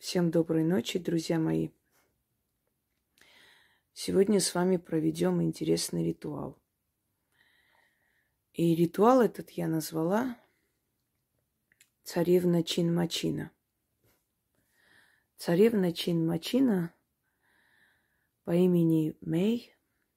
Всем доброй ночи, друзья мои. Сегодня с вами проведем интересный ритуал. И ритуал этот я назвала «Царевна Чин-Мачина». Царевна Чин-Мачина по имени Мэй,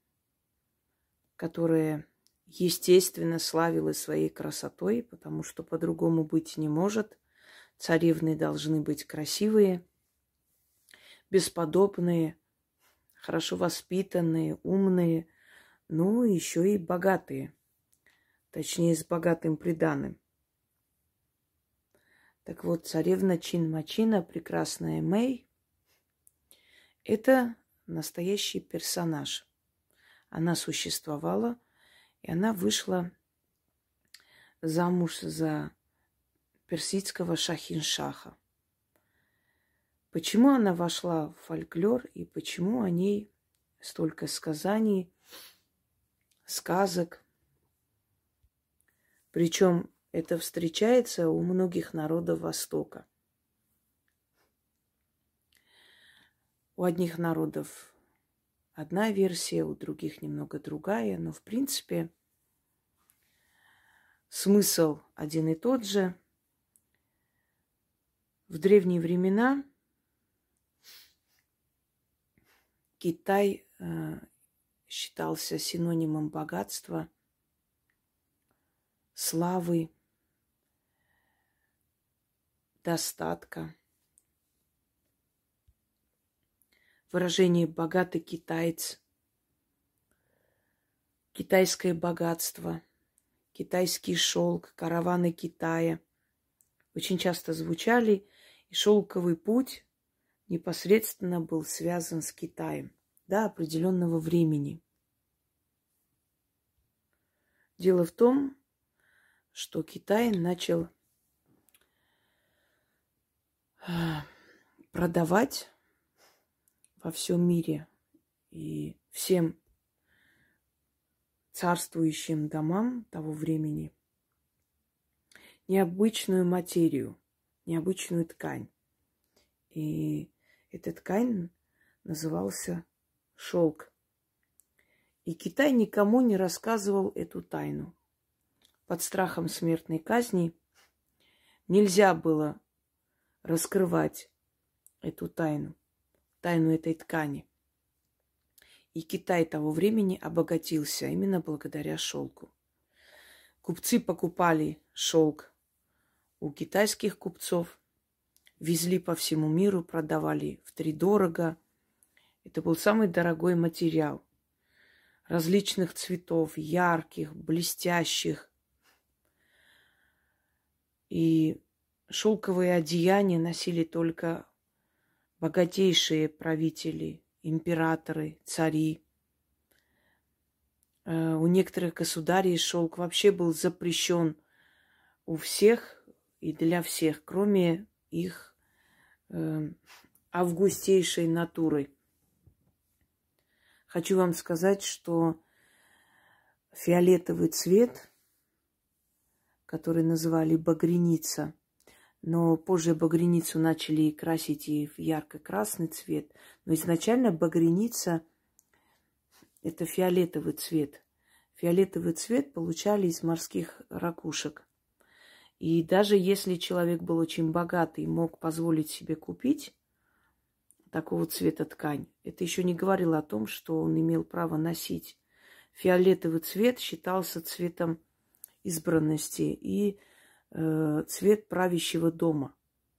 которая, естественно, славилась своей красотой, потому что по-другому быть не может. Царевны должны быть красивые, бесподобные, хорошо воспитанные, умные, ну, еще и богатые. Точнее, с богатым приданым. Так вот, царевна Чин-Мачина, прекрасная Мэй, это настоящий персонаж. Она существовала, и она вышла замуж за персидского Шахиншаха. Почему она вошла в фольклор и почему о ней столько сказаний, сказок? Причем это встречается у многих народов Востока. У одних народов одна версия, у других немного другая, но в принципе смысл один и тот же. В древние времена Китай считался синонимом богатства, славы, достатка. Выражение «богатый китаец», китайское богатство, китайский шелк, караваны Китая очень часто звучали, и шелковый путь непосредственно был связан с Китаем до определенного времени. Дело в том, что Китай начал продавать во всем мире и всем царствующим домам того времени необычную материю, необычную ткань. И эта ткань назывался шелк. И Китай никому не рассказывал эту тайну. Под страхом смертной казни нельзя было раскрывать эту тайну этой ткани. И Китай того времени обогатился именно благодаря шелку. Купцы покупали шелк у китайских купцов, везли по всему миру, продавали втридорого. Это был самый дорогой материал. Различных цветов, ярких, блестящих. И шелковые одеяния носили только богатейшие правители, императоры, цари. У некоторых государей шелк вообще был запрещен у всех и для всех, кроме их августейшей натуры. Хочу вам сказать, что фиолетовый цвет, который называли багряница, но позже багряницу начали красить и в ярко-красный цвет. Но изначально багряница – это фиолетовый цвет. Фиолетовый цвет получали из морских ракушек. И даже если человек был очень богатый и мог позволить себе купить такого цвета ткань, это еще не говорило о том, что он имел право носить. Фиолетовый цвет считался цветом избранности и цвет правящего дома.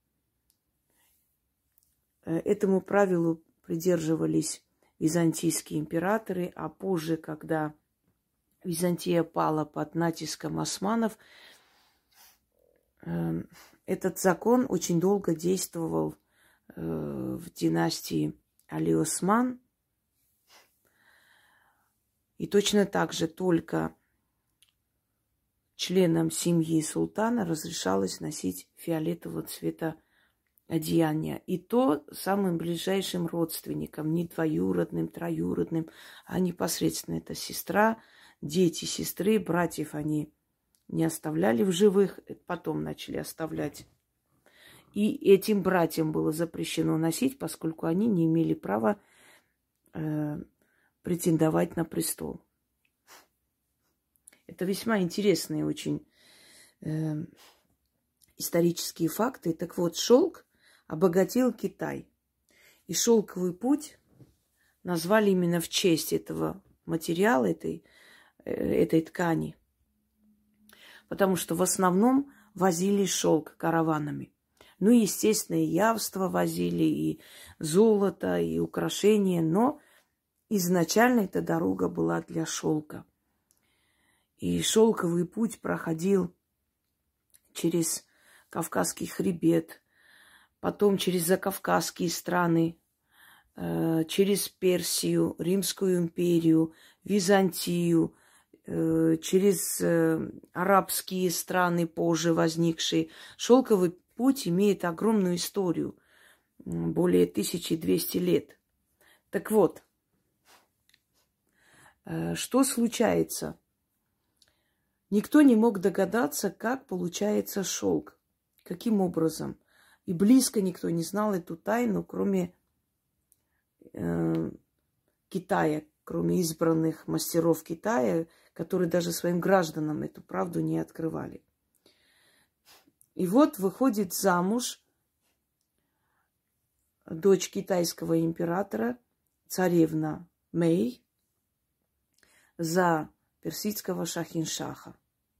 Этому правилу придерживались византийские императоры, а позже, когда Византия пала под натиском османов, этот закон очень долго действовал в династии Али-Осман. И точно так же только членам семьи султана разрешалось носить фиолетового цвета одеяния. И то самым ближайшим родственникам, не двоюродным, троюродным, а непосредственно это сестра, дети сестры, братьев они не оставляли в живых, потом начали оставлять. И этим братьям было запрещено носить, поскольку они не имели права претендовать на престол. Это весьма интересные очень исторические факты. Так вот, шелк обогатил Китай. И шелковый путь назвали именно в честь этого материала, этой ткани. Потому что в основном возили шелк караванами. Ну, естественно, и явства возили, и золото, и украшения. Но изначально эта дорога была для шелка. И шелковый путь проходил через Кавказский хребет, потом через закавказские страны, через Персию, Римскую империю, Византию, через арабские страны, позже возникшие. Шелковый путь имеет огромную историю, более 1200 лет. Так вот, что случается? Никто не мог догадаться, как получается шелк, каким образом. И близко никто не знал эту тайну, кроме Китая, кроме избранных мастеров Китая, которые даже своим гражданам эту правду не открывали. И вот выходит замуж дочь китайского императора, царевна Мэй, за персидского шахиншаха.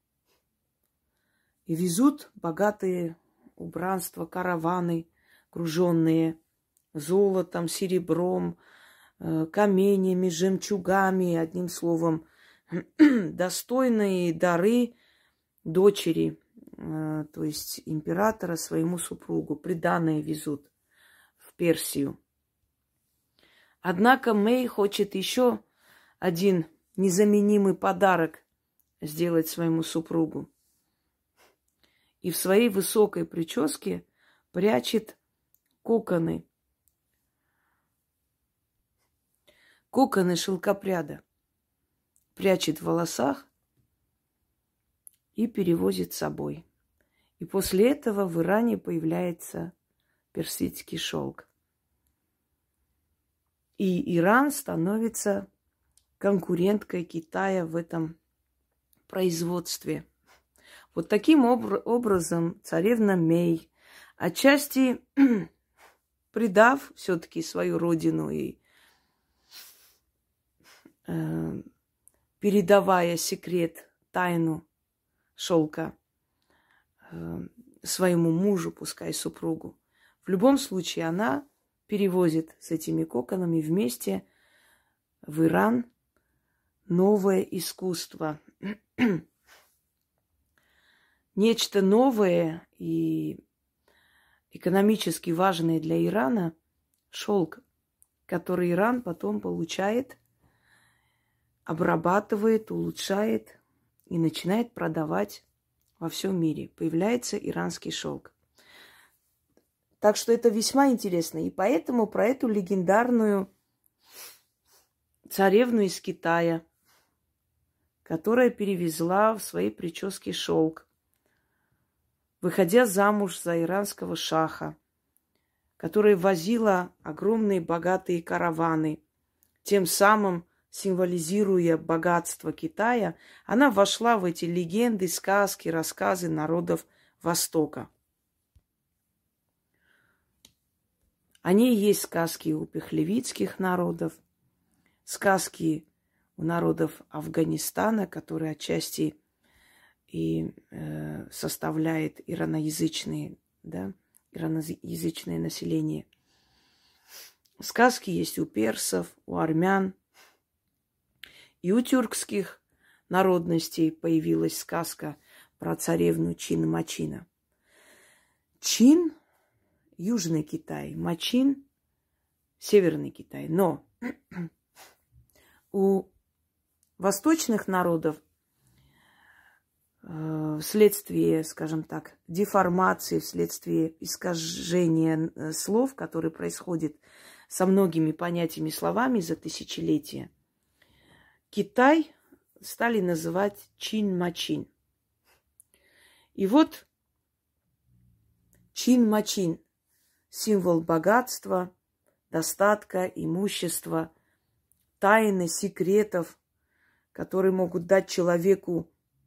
И везут богатые убранства, караваны, груженные золотом, серебром, каменями, жемчугами, одним словом, достойные дары дочери, то есть императора, своему супругу, приданое везут в Персию. Однако Мэй хочет еще один незаменимый подарок сделать своему супругу. И в своей высокой прическе прячет коконы. Коконы шелкопряда. Прячет в волосах и перевозит с собой. И после этого в Иране появляется персидский шелк. И Иран становится конкуренткой Китая в этом производстве. Вот таким образом царевна Мэй, отчасти предав все-таки свою родину и передавая секрет, тайну шелка своему мужу, пускай супругу, в любом случае она перевозит с этими коконами вместе в Иран новое искусство. Нечто новое и экономически важное для Ирана – шелк, который Иран потом получает, обрабатывает, улучшает и начинает продавать во всем мире. Появляется иранский шелк. Так что это весьма интересно. И поэтому про эту легендарную царевну из Китая, которая перевезла в своей прическе шелк, выходя замуж за иранского шаха, которая возила огромные богатые караваны, тем самым символизируя богатство Китая, она вошла в эти легенды, сказки, рассказы народов Востока. О ней есть сказки у пехлевицких народов, сказки у народов Афганистана, которые отчасти и составляет ираноязычное население. Сказки есть у персов, у армян. И у тюркских народностей появилась сказка про царевну Чин-Мачина. Чин – Южный Китай, Мачин – Северный Китай. Но у восточных народов вследствие, скажем так, деформации, вследствие искажения слов, которые происходят со многими понятиями и словами за тысячелетия, Китай стали называть Чин-Мачин. И вот чин-мачин, символ богатства, достатка, имущества, тайны, секретов, которые могут дать человеку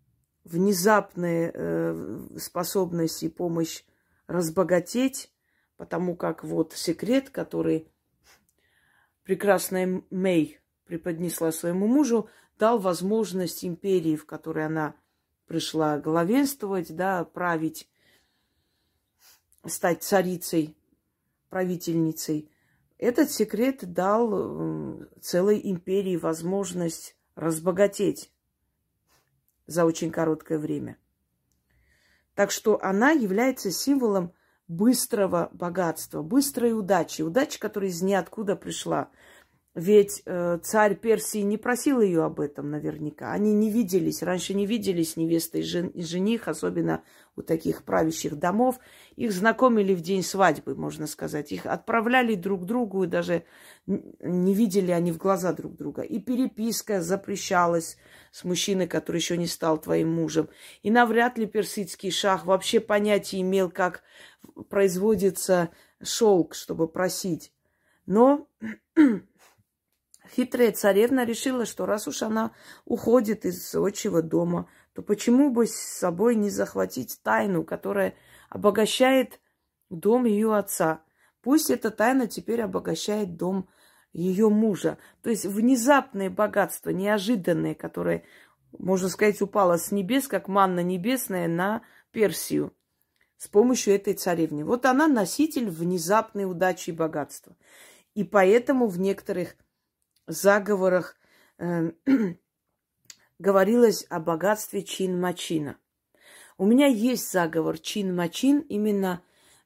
внезапную способность и помощь разбогатеть, потому как вот секрет, который прекрасная Мэй преподнесла своему мужу, дал возможность империи, в которой она пришла главенствовать, да, править, стать царицей, правительницей. Этот секрет дал целой империи возможность разбогатеть за очень короткое время. Так что она является символом быстрого богатства, быстрой удачи, удачи, которая из ниоткуда пришла. Ведь царь Персии не просил ее об этом наверняка. Они не виделись, раньше не виделись невеста и жених, особенно у таких правящих домов. Их знакомили в день свадьбы, можно сказать. Их отправляли друг к другу, и даже не видели они в глаза друг друга. И переписка запрещалась с мужчиной, который еще не стал твоим мужем. И навряд ли персидский шах вообще понятия имел, как производится шелк, чтобы просить. Но хитрая царевна решила, что раз уж она уходит из отчего дома, то почему бы с собой не захватить тайну, которая обогащает дом ее отца? Пусть эта тайна теперь обогащает дом ее мужа. То есть внезапное богатство, неожиданное, которое, можно сказать, упало с небес, как манна небесная на Персию с помощью этой царевны. Вот она носитель внезапной удачи и богатства. И поэтому в некоторых заговорах говорилось о богатстве чин-мачина. У меня есть заговор чин-мачин, именно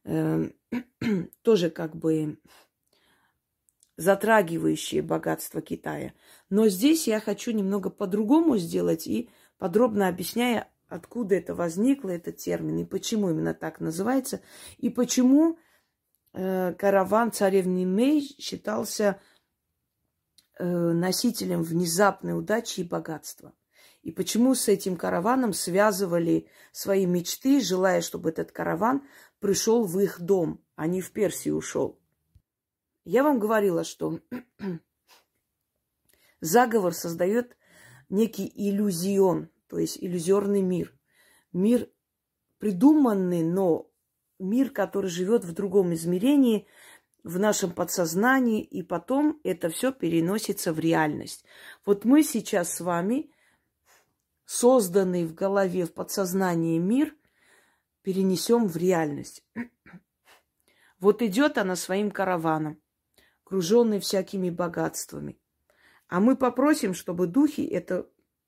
тоже как бы затрагивающие богатство Китая. Но здесь я хочу немного по-другому сделать и подробно объясняя, откуда это возникло, этот термин, и почему именно так называется, и почему караван царевны Мэй считался носителем внезапной удачи и богатства. И почему с этим караваном связывали свои мечты, желая, чтобы этот караван пришел в их дом, а не в Персию ушел. Я вам говорила, что заговор создает некий иллюзион, то есть иллюзорный мир. Мир придуманный, но мир, который живет в другом измерении, в нашем подсознании, и потом это все переносится в реальность. Вот мы сейчас с вами, созданный в голове, в подсознании мир, перенесем в реальность. Вот идет она своим караваном, груженный всякими богатствами. А мы попросим, чтобы духи, это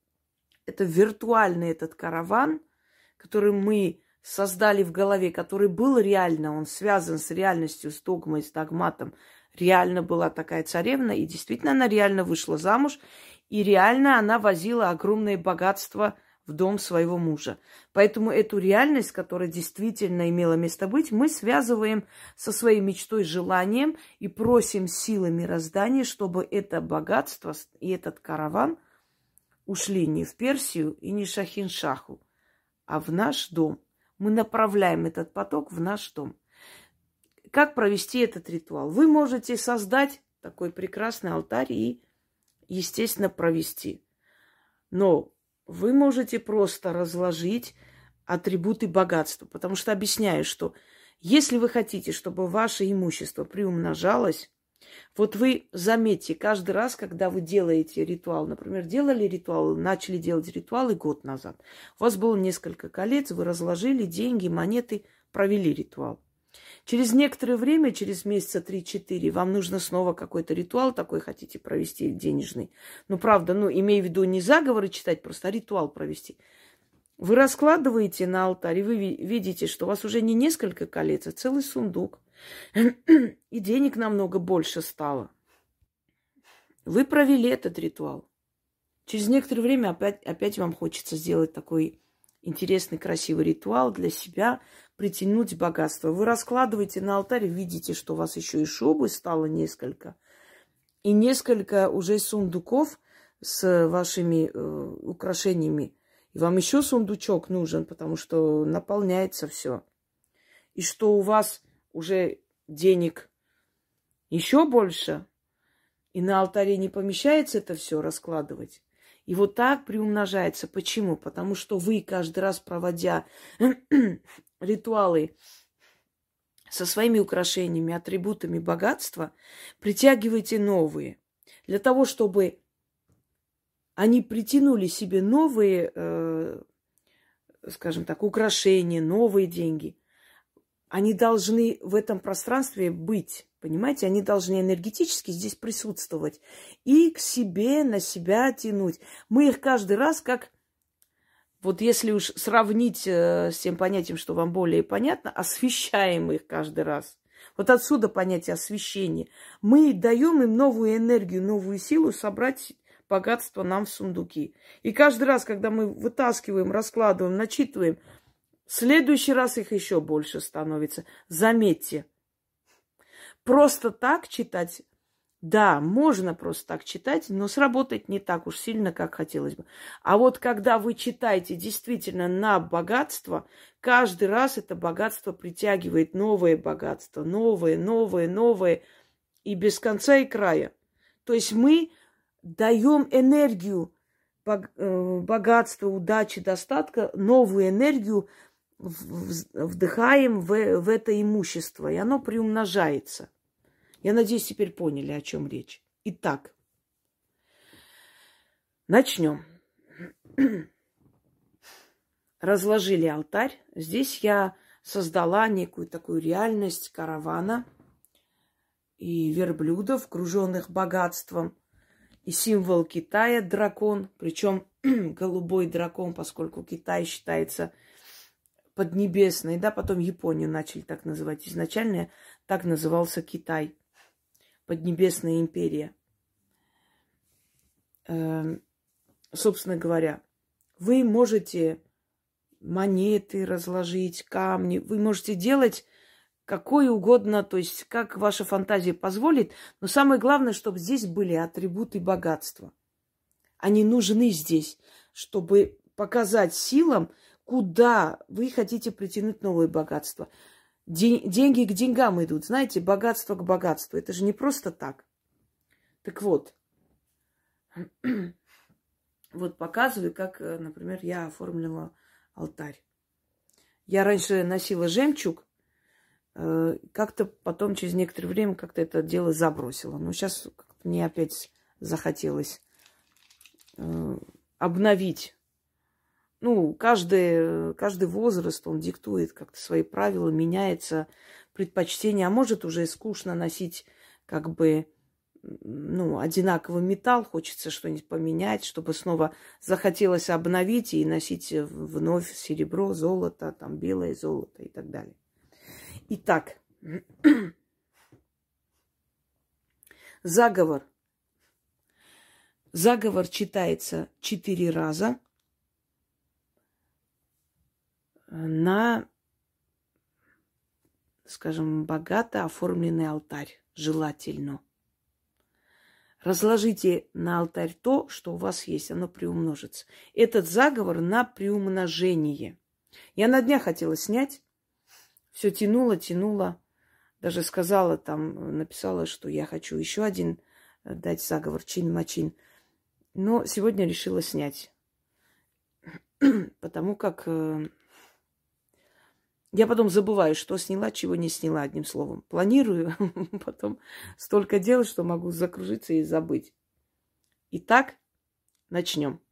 виртуальный этот караван, который мы создали в голове, который был реально, он связан с реальностью, с догмой, с догматом. Реально была такая царевна, и действительно она реально вышла замуж, и реально она возила огромное богатство в дом своего мужа. Поэтому эту реальность, которая действительно имела место быть, мы связываем со своей мечтой, желанием и просим силы мироздания, чтобы это богатство и этот караван ушли не в Персию и не Шахиншаху, а в наш дом. Мы направляем этот поток в наш дом. Как провести этот ритуал? Вы можете создать такой прекрасный алтарь и, естественно, провести. Но вы можете просто разложить атрибуты богатства. Потому что объясняю, что если вы хотите, чтобы ваше имущество приумножалось, вот вы заметьте, каждый раз, когда вы делаете ритуал, например, делали ритуал, начали делать ритуалы год назад, у вас было несколько колец, вы разложили деньги, монеты, провели ритуал. Через некоторое время, через месяца 3-4, вам нужно снова какой-то ритуал такой хотите провести, денежный. Ну, правда, имея в виду не заговоры читать, просто а ритуал провести. Вы раскладываете на алтарь, и вы видите, что у вас уже не несколько колец, а целый сундук. И денег намного больше стало. Вы провели этот ритуал. Через некоторое время опять вам хочется сделать такой интересный, красивый ритуал для себя, притянуть богатство. Вы раскладываете на алтарь, видите, что у вас еще и шубы стало несколько. И несколько уже сундуков с вашими украшениями. И вам еще сундучок нужен, потому что наполняется все. и что у вас уже денег еще больше, и на алтаре не помещается это все раскладывать. И вот так приумножается. Почему? Потому что вы каждый раз, проводя ритуалы со своими украшениями, атрибутами богатства, притягиваете новые. Для того, чтобы они притянули себе новые, скажем так, украшения, новые деньги, они должны в этом пространстве быть, понимаете? Они должны энергетически здесь присутствовать и к себе, на себя тянуть. Мы их каждый раз как, вот если уж сравнить с тем понятием, что вам более понятно, освещаем их каждый раз. Вот отсюда понятие освещения. Мы даем им новую энергию, новую силу собрать богатство нам в сундуки. И каждый раз, когда мы вытаскиваем, раскладываем, начитываем, в следующий раз их еще больше становится. Заметьте, просто так читать, да, можно просто так читать, но сработать не так уж сильно, как хотелось бы. А вот когда вы читаете действительно на богатство, каждый раз это богатство притягивает новое богатство, новое, новое, новое, и без конца и края. То есть мы даем энергию богатства, удачи, достатка, новую энергию вдыхаем в это имущество, и оно приумножается. Я надеюсь, теперь поняли, о чем речь. Итак, начнем. Разложили алтарь. Здесь я создала некую такую реальность каравана и верблюдов, окруженных богатством. И символ Китая – дракон, причем голубой дракон, поскольку Китай считается поднебесной, да, потом Японию начали так называть. Изначально так назывался Китай, поднебесная империя. Собственно говоря, вы можете монеты разложить, камни, вы можете делать какое угодно, то есть как ваша фантазия позволит, но самое главное, чтобы здесь были атрибуты богатства. Они нужны здесь, чтобы показать силам, куда вы хотите притянуть новое богатство. Деньги к деньгам идут, знаете, богатство к богатству. Это же не просто так. Так вот, вот показываю, как, например, я оформила алтарь. Я раньше носила жемчуг, как-то потом через некоторое время как-то это дело забросила. Но сейчас мне опять захотелось обновить. Ну, каждый возраст, он диктует как-то свои правила, меняется предпочтение. А может, уже скучно носить как бы, ну, одинаковый металл, хочется что-нибудь поменять, чтобы снова захотелось обновить и носить вновь серебро, золото, там, белое золото и так далее. Итак, заговор. Заговор читается 4 раза на, скажем, богато оформленный алтарь, желательно. Разложите на алтарь то, что у вас есть, оно приумножится. Этот заговор на приумножение. Я на днях хотела снять, все тянула, даже сказала там, написала, что я хочу еще один дать заговор, чин-мачин. Но сегодня решила снять, потому как я потом забываю, что сняла, чего не сняла, одним словом. Планирую, потом столько дел, что могу закружиться и забыть. Итак, начнем.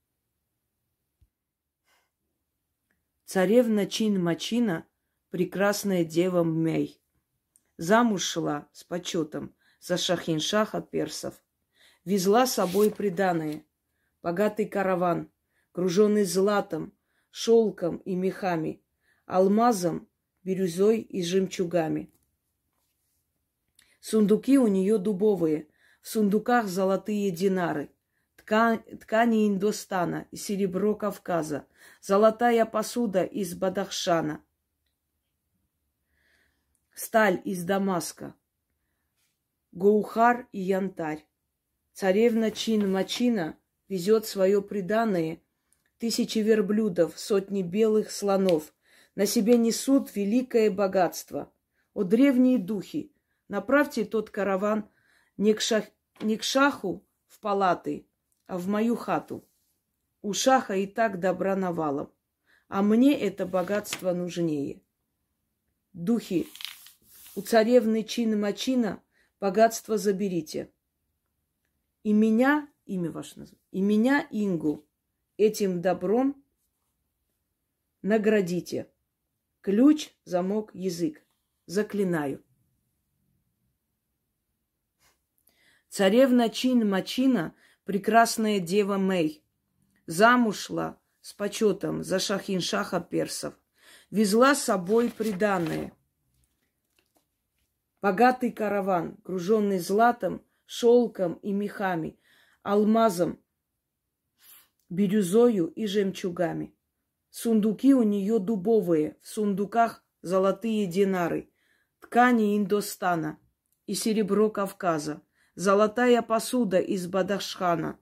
Царевна Чин-Мачина, прекрасная дева Мэй, замуж шла с почетом за шахиншаха персов. Везла с собой приданое, богатый караван, груженный златом, шелком и мехами, алмазом, бирюзой и жемчугами. Сундуки у нее дубовые, в сундуках золотые динары, ткани Индостана и серебро Кавказа, золотая посуда из Бадахшана, сталь из Дамаска, гоухар и янтарь. Царевна Чин-Мачина везет свое приданое, 1000 верблюдов, сотни белых слонов, на себе несут великое богатство. О древние духи, направьте тот караван не к шаху в палаты, а в мою хату. У шаха и так добра навалом, а мне это богатство нужнее. Духи, у царевны Чины-Мачина богатство заберите. И меня, имя ваше название, и меня, Ингу, этим добром наградите. Ключ, замок, язык. Заклинаю. Царевна Чин-Мачина, прекрасная дева Мэй, замуж шла с почетом за Шахиншаха персов. Везла с собой приданое. Богатый караван, груженный златом, шелком и мехами, алмазом, бирюзою и жемчугами. Сундуки у нее дубовые, в сундуках золотые динары, ткани Индостана и серебро Кавказа, золотая посуда из Бадахшана,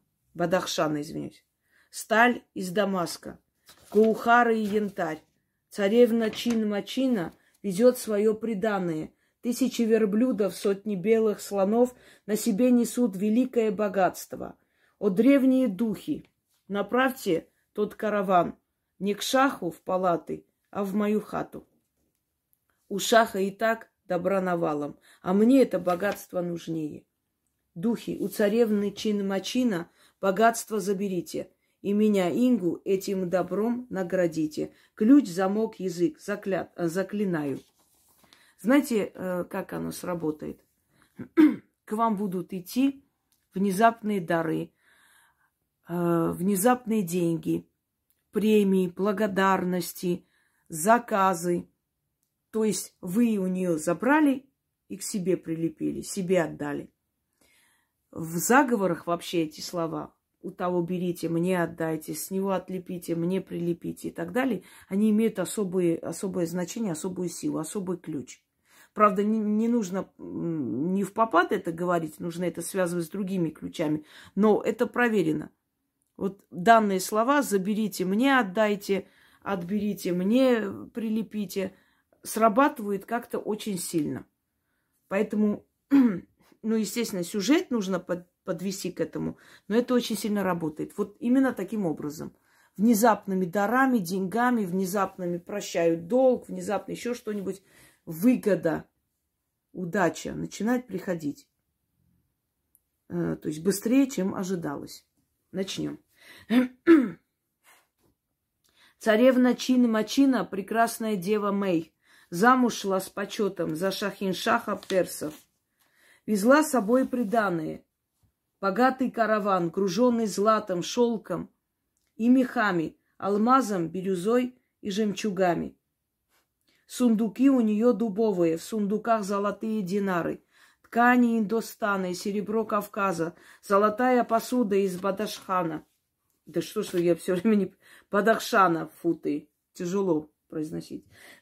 сталь из Дамаска, каухары и янтарь. Царевна Чин-Мачина везет свое приданое. 1000 верблюдов, сотни белых слонов на себе несут великое богатство. О древние духи, направьте тот караван не к шаху в палаты, а в мою хату. У шаха и так добра навалом, а мне это богатство нужнее. Духи, у царевны Чин-Мачина богатство заберите, и меня, Ингу, этим добром наградите. Ключ, замок, язык, заклинаю. Знаете, как оно сработает? К вам будут идти внезапные дары, внезапные деньги, премии, благодарности, заказы. То есть вы у нее забрали и к себе прилепили, себе отдали. В заговорах вообще эти слова: у того берите, мне отдайте, с него отлепите, мне прилепите и так далее, они имеют особое значение, особую силу, особый ключ. Правда, не нужно не впопад это говорить, нужно это связывать с другими ключами, но это проверено. Вот данные слова: заберите, мне отдайте, отберите, мне прилепите, срабатывают как-то очень сильно. Поэтому, естественно, сюжет нужно подвести к этому, но это очень сильно работает. Вот именно таким образом. Внезапными дарами, деньгами, внезапными прощают долг, внезапно еще что-нибудь. Выгода, удача начинает приходить. То есть быстрее, чем ожидалось. Начнем. Царевна Чин-Мачина, прекрасная дева Мэй, замуж шла с почетом за Шахиншаха персов. Везла с собой приданое. Богатый караван, груженный златом, шелком и мехами, алмазом, бирюзой и жемчугами. Сундуки у нее дубовые, в сундуках золотые динары, ткани Индостана и серебро Кавказа, золотая посуда из Бадахшана. Да что ж я все время не... Бадахшана, фу ты, тяжело произносить.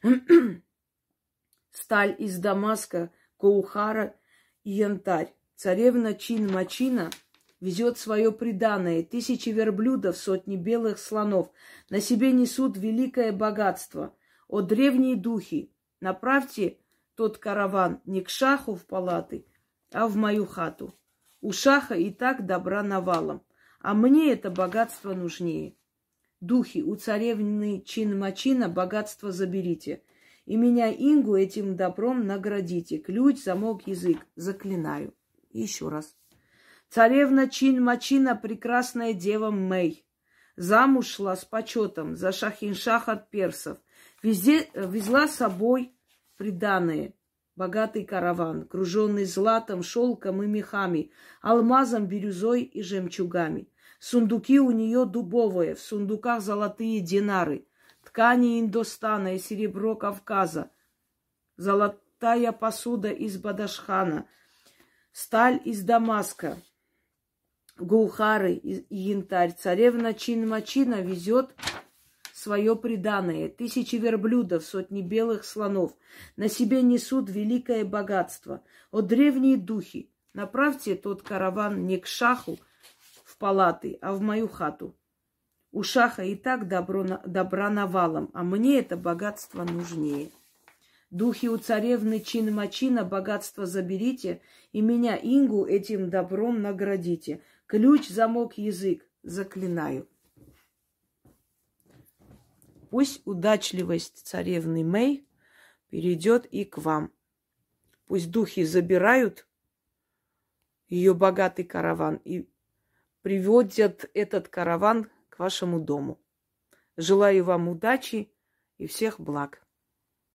Сталь из Дамаска, каухара и янтарь. Царевна Чин-Мачина везет свое приданое. 1000 верблюдов, сотни белых слонов на себе несут великое богатство. О древние духи, направьте тот караван не к шаху в палаты, а в мою хату. У шаха и так добра навалом, а мне это богатство нужнее. Духи, у царевны Чин-Мачина богатство заберите, и меня, Ингу, этим добром наградите. Ключ, замок, язык, заклинаю. И еще раз. Царевна Чин-Мачина, прекрасная дева Мэй, замуж шла с почетом за Шахиншаха персов. Везла с собой приданое. Богатый караван, груженный златом, шелком и мехами, алмазом, бирюзой и жемчугами. Сундуки у нее дубовые, в сундуках золотые динары, ткани Индостана и серебро Кавказа, золотая посуда из Бадахшана, сталь из Дамаска, гаухары и янтарь. Царевна Чин-Мачина везет свое приданое. 1000 верблюдов, сотни белых слонов на себе несут великое богатство. О древние духи, направьте тот караван не к шаху в палаты, а в мою хату. У шаха и так добра навалом, а мне это богатство нужнее. Духи у царевны чин-мачина богатство заберите, и меня, Ингу, этим добром наградите. Ключ, замок, язык, заклинаю. Пусть удачливость царевны Мэй перейдет и к вам. Пусть духи забирают ее богатый караван и приводят этот караван к вашему дому. Желаю вам удачи и всех благ.